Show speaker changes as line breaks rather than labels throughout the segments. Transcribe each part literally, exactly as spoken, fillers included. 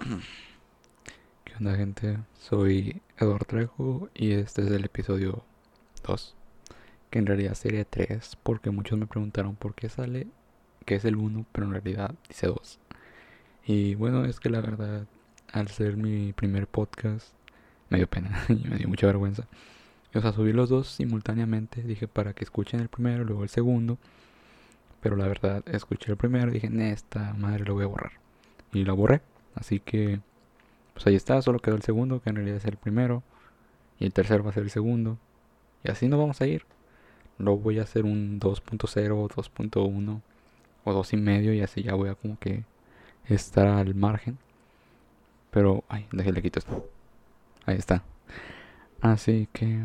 ¿Qué onda, gente? Soy Eduardo Trejo y este es el episodio dos, que en realidad sería tres porque muchos me preguntaron por qué sale que es el uno, pero en realidad dice dos. Y bueno, es que la verdad, al ser mi primer podcast, me dio pena y me dio mucha vergüenza. O sea, subí los dos simultáneamente, dije para que escuchen el primero, luego el segundo, pero la verdad, escuché el primero y dije, esta madre lo voy a borrar. Y lo borré, así que pues ahí está, solo quedó el segundo, que en realidad es el primero. Y el tercero va a ser el segundo. Y así nos vamos a ir. Luego voy a hacer un dos punto cero, dos punto uno o dos y medio y así ya voy a como que estar al margen. Pero, ay, déjale quito esto. Ahí está. Así que...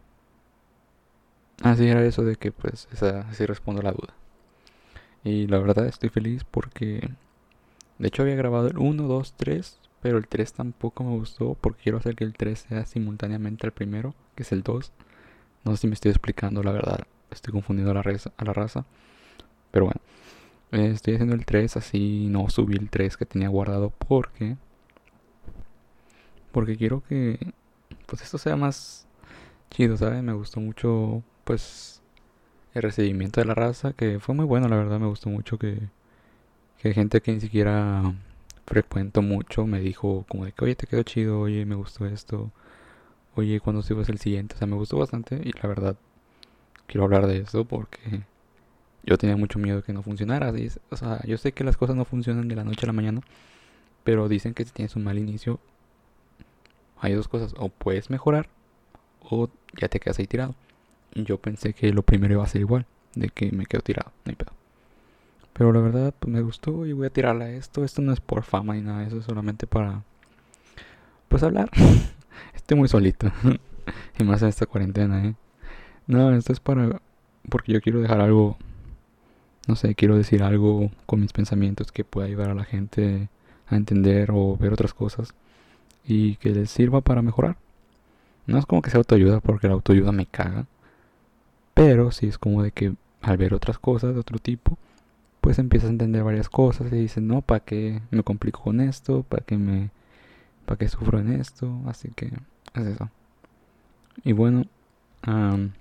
Así era eso de que pues esa, así respondo a la duda. Y la verdad estoy feliz porque... De hecho había grabado el uno, dos, tres. Pero el tres tampoco me gustó porque quiero hacer que el tres sea simultáneamente al primero, que es el dos. No sé si me estoy explicando, la verdad. Estoy confundiendo a la, raza, a la raza. Pero bueno. Eh, estoy haciendo el tres así, no subí el tres que tenía guardado porque... Porque quiero que... Pues esto sea más chido, ¿sabes? Me gustó mucho, pues... El recibimiento de la raza, que fue muy bueno, la verdad. Me gustó mucho que... Que gente que ni siquiera frecuento mucho me dijo como de que, oye, te quedó chido, oye, me gustó esto. Oye, ¿cuándo subes el siguiente? O sea, me gustó bastante y la verdad quiero hablar de eso porque yo tenía mucho miedo de que no funcionara. Así es. O sea, yo sé que las cosas no funcionan de la noche a la mañana, pero dicen que si tienes un mal inicio, hay dos cosas. O puedes mejorar o ya te quedas ahí tirado. Y yo pensé que lo primero iba a ser igual, de que me quedo tirado, no hay pedo. Pero la verdad, pues me gustó y voy a tirarle a esto. Esto no es por fama ni nada, eso es solamente para, pues hablar. Estoy muy solito. Y más en esta cuarentena, ¿eh? No, esto es para, porque yo quiero dejar algo, no sé, quiero decir algo con mis pensamientos que pueda ayudar a la gente a entender o ver otras cosas y que les sirva para mejorar. No es como que sea autoayuda porque la autoayuda me caga, pero sí es como de que al ver otras cosas de otro tipo, pues empiezas a entender varias cosas y dices, no, ¿para qué me complico con esto? ¿Para qué me, para qué sufro en esto? Así que es eso. Y bueno, um,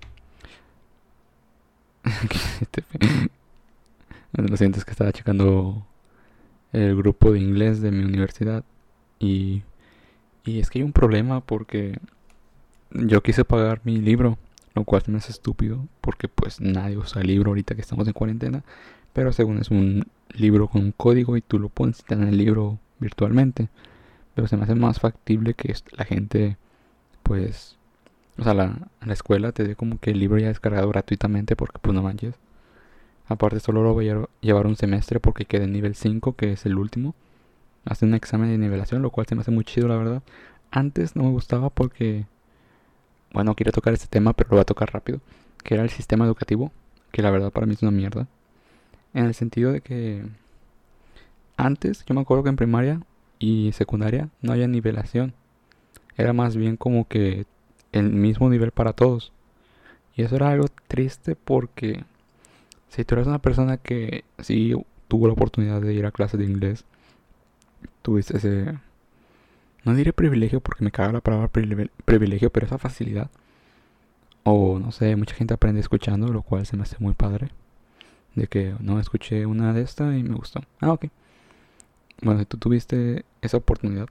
lo siento, es que estaba checando el grupo de inglés de mi universidad y, y es que hay un problema porque yo quise pagar mi libro, lo cual se me hace estúpido porque pues nadie usa el libro ahorita que estamos en cuarentena, pero según es un libro con un código y tú lo pones en el libro virtualmente, pero se me hace más factible que la gente pues, o sea, la, la escuela te dé como que el libro ya descargado gratuitamente porque pues no manches. Aparte solo lo voy a llevar un semestre porque quedé en nivel cinco, que es el último. Hace un examen de nivelación, lo cual se me hace muy chido, la verdad. Antes no me gustaba porque, bueno, quiero tocar este tema, pero lo voy a tocar rápido. Que era el sistema educativo, que la verdad para mí es una mierda. En el sentido de que antes, yo me acuerdo que en primaria y secundaria no había nivelación. Era más bien como que el mismo nivel para todos. Y eso era algo triste porque si tú eres una persona que sí tuvo la oportunidad de ir a clases de inglés, tuviste ese, no diré privilegio porque me caga la palabra privilegio, pero esa facilidad. O no sé, mucha gente aprende escuchando, lo cual se me hace muy padre. De que no escuché una de estas y me gustó. Ah, ok. Bueno, si tú tuviste esa oportunidad,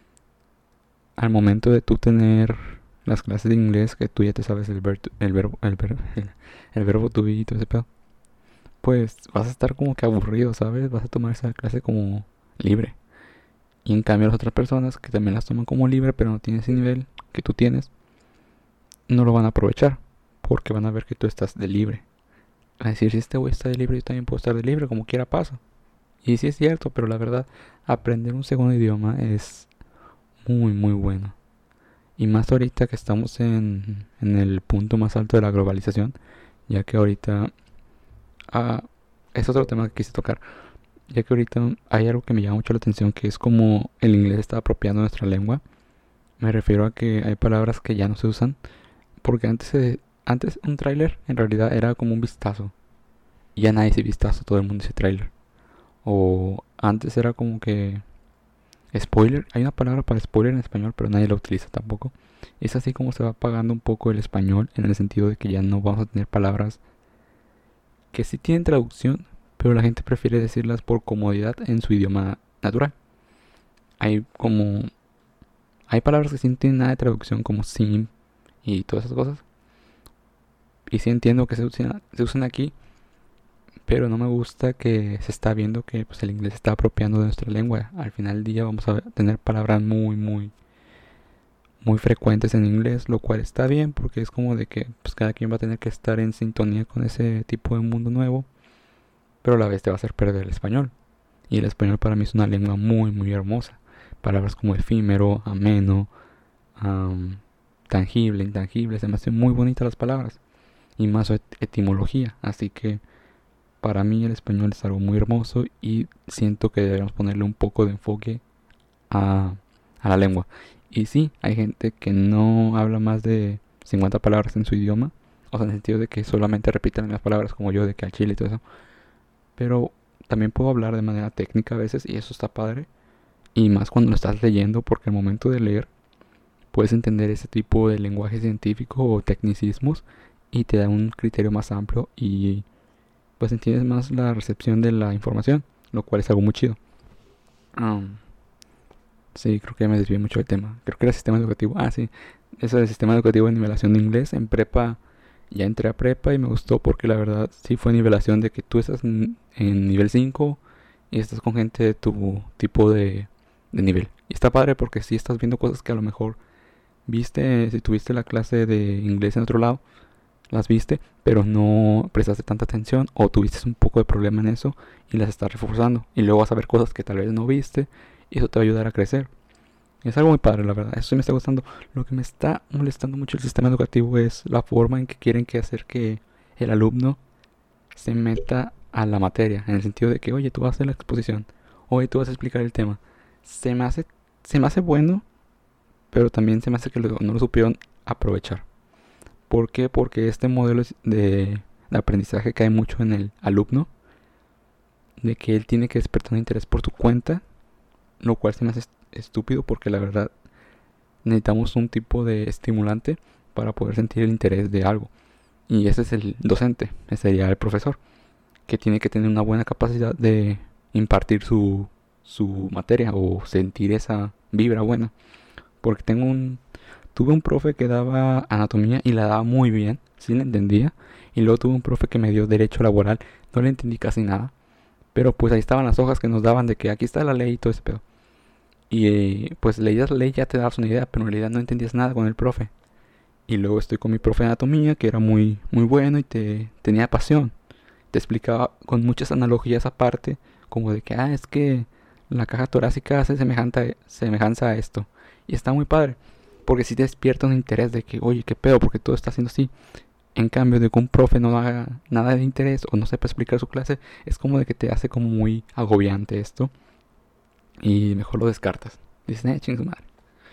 al momento de tú tener las clases de inglés, que tú ya te sabes el, ver, el verbo, el, ver, el, el verbo to be y todo ese pedo, pues vas a estar como que aburrido, ¿sabes? Vas a tomar esa clase como libre. Y en cambio las otras personas que también las toman como libre, pero no tienen ese nivel que tú tienes, no lo van a aprovechar. Porque van a ver que tú estás de libre. A decir, si este güey está de libre, yo también puedo estar de libre, como quiera pasa. Y sí es cierto, pero la verdad, aprender un segundo idioma es muy, muy bueno. Y más ahorita que estamos en, en el punto más alto de la globalización, ya que ahorita... Ah, es otro tema que quise tocar. Ya que ahorita hay algo que me llama mucho la atención, que es como el inglés está apropiando nuestra lengua. Me refiero a que hay palabras que ya no se usan. Porque antes, se- antes un tráiler en realidad era como un vistazo. Y ya nadie dice vistazo, todo el mundo dice tráiler. O antes era como que spoiler. Hay una palabra para spoiler en español, pero nadie la utiliza tampoco. Es así como se va apagando un poco el español, en el sentido de que ya no vamos a tener palabras que sí tienen traducción, pero la gente prefiere decirlas por comodidad en su idioma natural. Hay como... Hay palabras que sí no tienen nada de traducción, como sim y todas esas cosas. Y sí entiendo que se usan, se usan aquí, pero no me gusta que se está viendo que pues, el inglés se está apropiando de nuestra lengua. Al final del día vamos a tener palabras muy, muy, muy frecuentes en inglés, lo cual está bien porque es como de que pues, cada quien va a tener que estar en sintonía con ese tipo de mundo nuevo, pero a la vez te va a hacer perder el español. Y el español para mí es una lengua muy, muy hermosa. Palabras como efímero, ameno, um, tangible, intangible, se me hacen muy bonitas las palabras. Y más su et- etimología. Así que para mí el español es algo muy hermoso y siento que deberíamos ponerle un poco de enfoque a, a la lengua. Y sí, hay gente que no habla más de cincuenta palabras en su idioma. O sea, en el sentido de que solamente repiten las palabras como yo, de que al chile y todo eso. Pero también puedo hablar de manera técnica a veces y eso está padre. Y más cuando lo estás leyendo, porque al momento de leer puedes entender ese tipo de lenguaje científico o tecnicismos y te da un criterio más amplio y pues entiendes más la recepción de la información, lo cual es algo muy chido. Um, sí, creo que ya me desvié mucho del tema. Creo que era sistema educativo. Ah, sí, eso del sistema educativo de nivelación de inglés en prepa. Ya entré a prepa y me gustó porque la verdad sí fue nivelación de que tú estás en, en nivel cinco y estás con gente de tu tipo de, de nivel. Y está padre porque sí estás viendo cosas que a lo mejor viste, si tuviste la clase de inglés en otro lado, las viste, pero no prestaste tanta atención o tuviste un poco de problema en eso y las estás reforzando. Y luego vas a ver cosas que tal vez no viste y eso te va a ayudar a crecer. Y es algo muy padre, la verdad. Eso sí me está gustando. Lo que me está molestando mucho el sistema educativo es la forma en que quieren que hacer que el alumno se meta a la materia. En el sentido de que, oye, tú vas a hacer la exposición. Oye, tú vas a explicar el tema. Se me hace, se me hace bueno, pero también se me hace que lo- no lo supieron aprovechar. ¿Por qué? Porque este modelo de, de aprendizaje cae mucho en el alumno, de que él tiene que despertar un interés por tu cuenta, lo cual se me hace est- estúpido porque la verdad necesitamos un tipo de estimulante para poder sentir el interés de algo. Y ese es el docente, ese sería el profesor, que tiene que tener una buena capacidad de impartir su, su materia o sentir esa vibra buena. Porque tengo un, tuve un profe que daba anatomía y la daba muy bien, sí la entendía. Y luego tuve un profe que me dio derecho laboral, no le entendí casi nada. Pero pues ahí estaban las hojas que nos daban de que aquí está la ley y todo ese pedo. Y eh, pues leías la ley ya te dabas una idea, pero en realidad no entendías nada con el profe. Y luego estoy con mi profe de anatomía, que era muy, muy bueno y te, tenía pasión. Te explicaba con muchas analogías aparte, como de que, ah, es que la caja torácica hace semejante, semejanza a esto. Y está muy padre, porque si te despierta un interés de que, oye, qué pedo, porque todo está haciendo así. En cambio, de que un profe no haga nada de interés o no sepa explicar su clase, es como de que te hace como muy agobiante esto. Y mejor lo descartas. Dices, eh, ching su madre.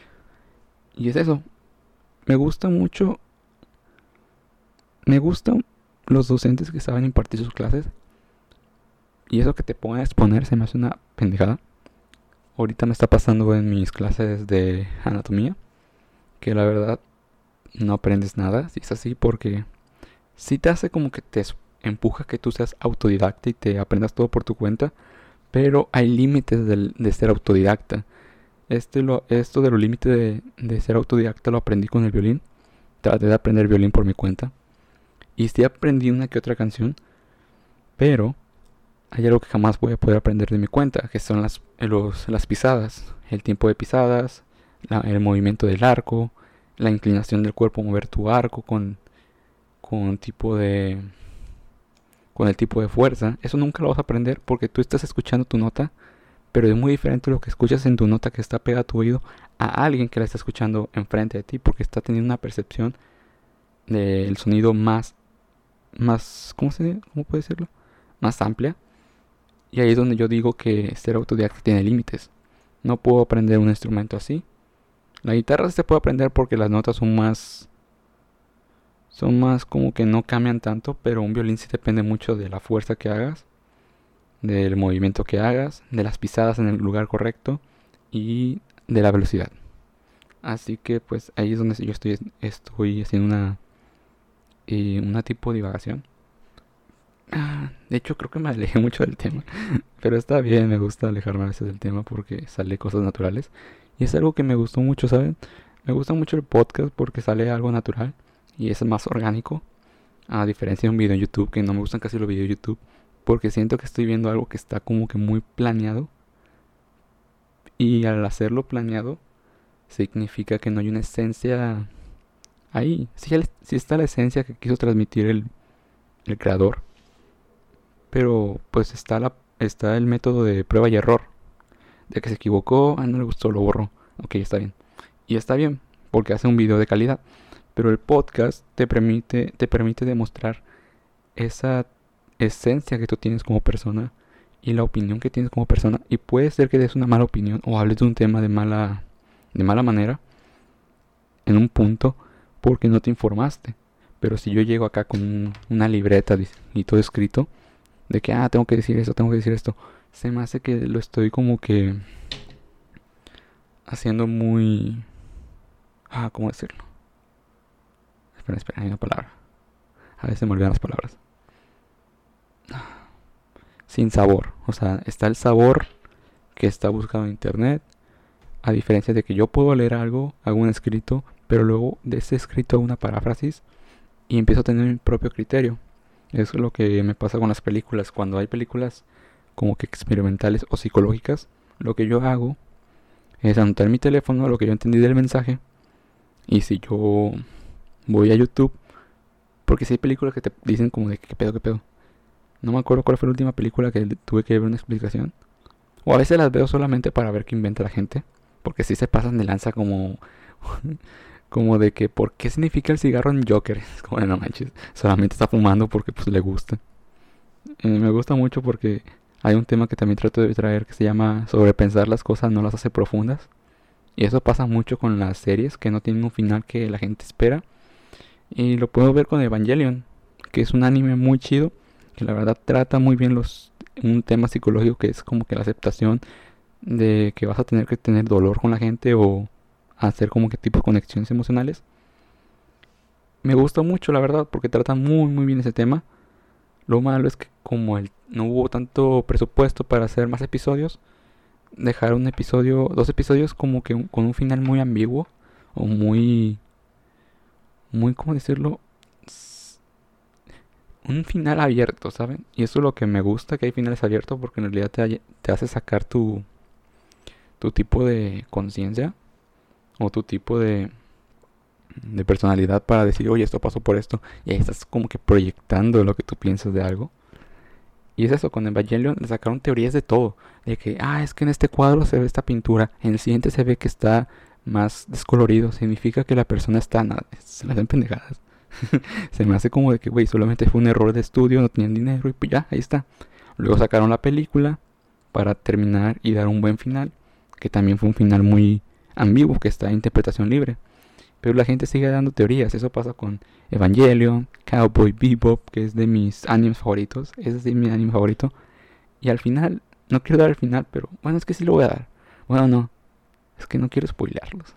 Y es eso. Me gusta mucho. Me gustan los docentes que saben impartir sus clases. Y eso que te pongan a exponer se me hace una pendejada. Ahorita me está pasando en mis clases de anatomía. Que la verdad no aprendes nada. Si es así porque sí te hace como que te empuja que tú seas autodidacta y te aprendas todo por tu cuenta. Pero hay límites del- de ser autodidacta. Este lo, esto de los límites de, de ser autodidacta lo aprendí con el violín. Traté de aprender violín por mi cuenta. Y sí aprendí una que otra canción. Pero hay algo que jamás voy a poder aprender de mi cuenta. Que son las, los, las pisadas. El tiempo de pisadas. La- el movimiento del arco. La inclinación del cuerpo. Mover tu arco con, con tipo de... Con el tipo de fuerza. Eso nunca lo vas a aprender porque tú estás escuchando tu nota. Pero es muy diferente lo que escuchas en tu nota que está pegada a tu oído a alguien que la está escuchando enfrente de ti porque está teniendo una percepción del sonido más, más, ¿cómo se, cómo puede decirlo? Más amplia. Y ahí es donde yo digo que ser autodidacta tiene límites. No puedo aprender un instrumento así. La guitarra sí se puede aprender porque las notas son más, son más como que no cambian tanto, pero un violín sí depende mucho de la fuerza que hagas, del movimiento que hagas, de las pisadas en el lugar correcto y de la velocidad. Así que pues ahí es donde yo estoy, estoy haciendo una, eh, una tipo de divagación. Ah, de hecho creo que me alejé mucho del tema, pero está bien, me gusta alejarme a veces del tema porque sale cosas naturales. Y es algo que me gustó mucho, ¿saben? Me gusta mucho el podcast porque sale algo natural y es más orgánico. A diferencia de un video en YouTube, que no me gustan casi los videos de YouTube, porque siento que estoy viendo algo que está como que muy planeado. Y al hacerlo planeado, significa que no hay una esencia ahí. Sí, el- sí está la esencia que quiso transmitir el, el creador, pero pues está, la, está el método de prueba y error. De que se equivocó, ah, no le gustó, lo borró. Ok, está bien. Y está bien, porque hace un video de calidad. Pero el podcast te permite, te permite demostrar esa esencia que tú tienes como persona y la opinión que tienes como persona. Y puede ser que des una mala opinión o hables de un tema de mala, de mala manera en un punto porque no te informaste. Pero si yo llego acá con un- una libreta dis- y todo escrito, de que, ah, tengo que decir esto, tengo que decir esto, se me hace que lo estoy como que haciendo muy... Ah, ¿cómo decirlo? Espera, espera, hay una palabra. A veces me olvidan las palabras. Sin sabor. O sea, está el sabor que está buscado en internet. A diferencia de que yo puedo leer algo, hago un escrito, pero luego de ese escrito hago una paráfrasis y empiezo a tener mi propio criterio. Eso es lo que me pasa con las películas. Cuando hay películas como que experimentales o psicológicas, lo que yo hago es anotar en mi teléfono lo que yo entendí del mensaje. Y si yo voy a YouTube, porque si hay películas que te dicen como de qué pedo, qué pedo. No me acuerdo cuál fue la última película que tuve que ver una explicación. O a veces las veo solamente para ver qué inventa la gente. Porque si se pasan de lanza como... como de que ¿por qué significa el cigarro en Joker? Es como de no manches. Solamente está fumando porque pues le gusta. Eh, me gusta mucho porque hay un tema que también trato de traer que se llama sobrepensar las cosas no las hace profundas. Y eso pasa mucho con las series que no tienen un final que la gente espera. Y lo puedo ver con Evangelion, que es un anime muy chido, que la verdad trata muy bien los un tema psicológico que es como que la aceptación de que vas a tener que tener dolor con la gente o hacer como que tipo de conexiones emocionales. Me gusta mucho la verdad porque trata muy muy bien ese tema. Lo malo es que como el, no hubo tanto presupuesto para hacer más episodios, dejar un episodio, dos episodios como que un- con un final muy ambiguo o muy, muy, ¿cómo decirlo? S- Un final abierto, ¿saben? Y eso es lo que me gusta, que hay finales abiertos porque en realidad te, hay- te hace sacar tu, tu tipo de conciencia o tu tipo de, de personalidad para decir, oye, esto pasó por esto. Y ahí estás como que proyectando lo que tú piensas de algo. Y es eso, con Evangelion le sacaron teorías de todo. De que, ah, es que en este cuadro se ve esta pintura, en el siguiente se ve que está más descolorido. Significa que la persona está... nada, se las dan pendejadas. Se me hace como de que, güey, solamente fue un error de estudio, no tenían dinero y pues ya, ahí está. Luego sacaron la película para terminar y dar un buen final, que también fue un final muy ambiguo, que está en interpretación libre. Pero la gente sigue dando teorías. Eso pasa con Evangelion, Cowboy Bebop, que es de mis animes favoritos. Ese es mi anime favorito. Y al final, no quiero dar el final, pero bueno, es que sí lo voy a dar. Bueno, no, es que no quiero spoilearlos.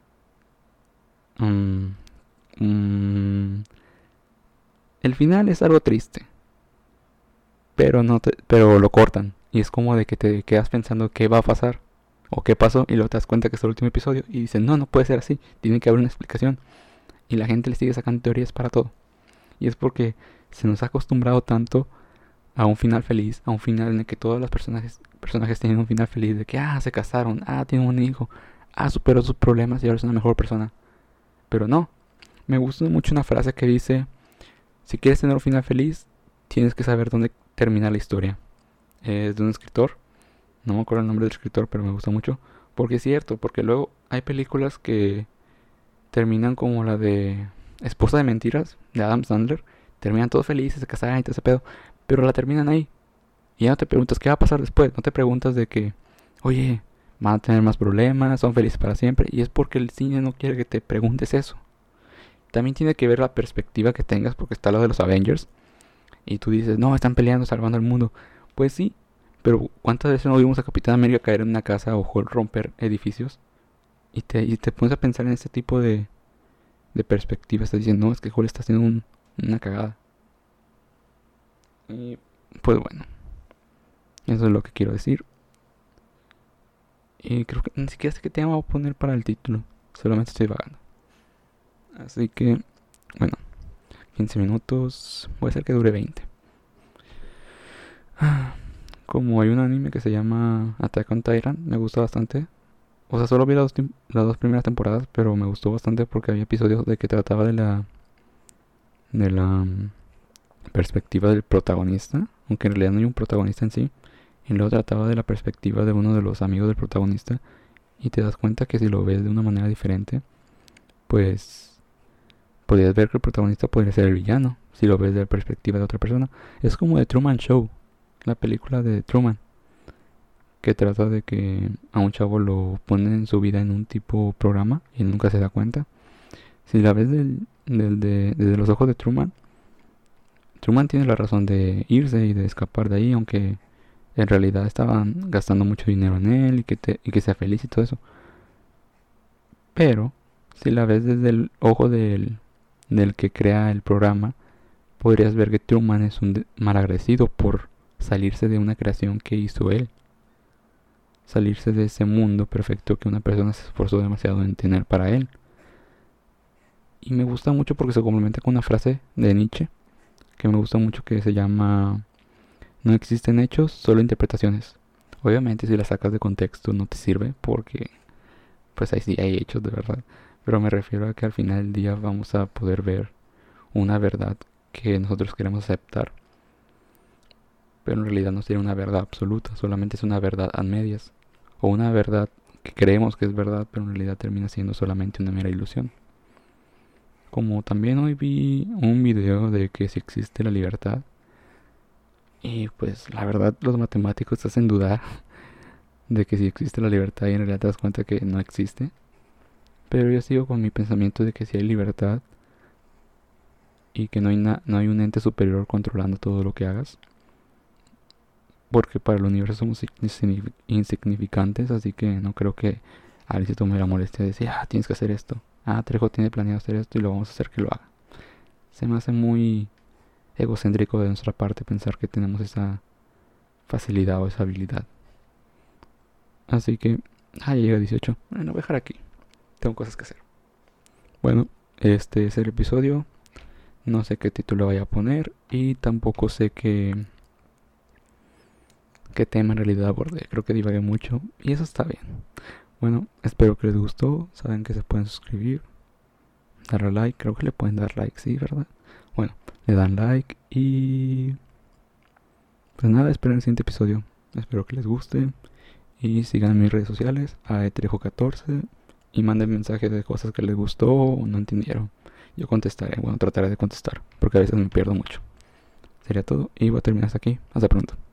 Mm, mm, el final es algo triste, pero no te- pero lo cortan. Y es como de que te quedas pensando qué va a pasar o qué pasó y luego te das cuenta que es el último episodio y dices, no, no puede ser así, tiene que haber una explicación. Y la gente le sigue sacando teorías para todo. Y es porque se nos ha acostumbrado tanto a un final feliz, a un final en el que todos los personajes, personajes tienen un final feliz, de que, ah, se casaron, ah, tienen un hijo, ah, superó sus problemas y ahora es una mejor persona. Pero no, me gusta mucho una frase que dice, si quieres tener un final feliz, tienes que saber dónde termina la historia. Es de un escritor, no me acuerdo el nombre del escritor, pero me gusta mucho, porque es cierto, porque luego hay películas que terminan como la de Esposa de Mentiras, de Adam Sandler. Terminan todos felices, se casan y todo ese pedo. Pero la terminan ahí. Y ya no te preguntas qué va a pasar después. No te preguntas de que, oye, van a tener más problemas, son felices para siempre. Y es porque el cine no quiere que te preguntes eso. También tiene que ver la perspectiva que tengas, porque está lo de los Avengers. Y tú dices, no, están peleando, salvando el mundo. Pues sí, Pero ¿cuántas veces no vimos a Capitán América caer en una casa o Hulk romper edificios? Y te, y te pones a pensar en este tipo de, de perspectiva. Estás diciendo, no, es que Hulk está haciendo un, una cagada. Y pues bueno, eso es lo que quiero decir. Y creo que ni siquiera sé qué tema voy a poner para el título. Solamente estoy vagando. Así que, bueno, quince minutos. Voy a hacer que dure veinte. Como hay un anime que se llama Attack on Titan, me gusta bastante. O sea, solo vi las dos, las dos primeras temporadas, pero me gustó bastante porque había episodios de que trataba de la de la um, perspectiva del protagonista, aunque en realidad no hay un protagonista en sí. Y luego trataba de la perspectiva de uno de los amigos del protagonista. Y te das cuenta que si lo ves de una manera diferente, pues podrías ver que el protagonista podría ser el villano. Si lo ves de la perspectiva de otra persona. Es como The Truman Show, la película de Truman, que trata de que a un chavo lo ponen en su vida en un tipo programa y nunca se da cuenta. Si la ves del, del, de, desde los ojos de Truman, Truman tiene la razón de irse y de escapar de ahí, aunque en realidad estaban gastando mucho dinero en él y que, te, y que sea feliz y todo eso. Pero si la ves desde el ojo del, del que crea el programa, podrías ver que Truman es un malagradecido por salirse de una creación que hizo él. Salirse de ese mundo perfecto que una persona se esforzó demasiado en tener para él. Y me gusta mucho porque se complementa con una frase de Nietzsche que me gusta mucho, que se llama: no existen hechos, solo interpretaciones. Obviamente si la sacas de contexto no te sirve porque pues ahí sí hay hechos de verdad. Pero me refiero a que al final del día vamos a poder ver una verdad que nosotros queremos aceptar. Pero en realidad no sería una verdad absoluta, solamente es una verdad a medias. O una verdad que creemos que es verdad, pero en realidad termina siendo solamente una mera ilusión. Como también hoy vi un video de que si existe la libertad. Y pues la verdad los matemáticos te hacen dudar de que si existe la libertad y en realidad te das cuenta que no existe. Pero yo sigo con mi pensamiento de que si hay libertad y que no hay, na- no hay un ente superior controlando todo lo que hagas. Porque para el universo somos insignificantes, así que no creo que alguien se tome la molestia de decir, ah, tienes que hacer esto. Ah, Trejo tiene planeado hacer esto y lo vamos a hacer que lo haga. Se me hace muy egocéntrico de nuestra parte pensar que tenemos esa facilidad o esa habilidad. Así que, ah, ya llega dieciocho. Bueno, voy a dejar aquí. Tengo cosas que hacer. Bueno, este es el episodio. No sé qué título vaya a poner y tampoco sé qué, qué tema en realidad abordé. Creo que divagué mucho y eso está bien. Bueno, espero que les gustó. Saben que se pueden suscribir, darle like. Creo que le pueden dar like, sí, ¿verdad? Bueno, le dan like y pues nada, esperen el siguiente episodio. Espero que les guste y sigan mis redes sociales a etrejo catorce y manden mensajes de cosas que les gustó o no entendieron. Yo contestaré, bueno, trataré de contestar porque a veces me pierdo mucho. Sería todo y voy a terminar hasta aquí. Hasta pronto.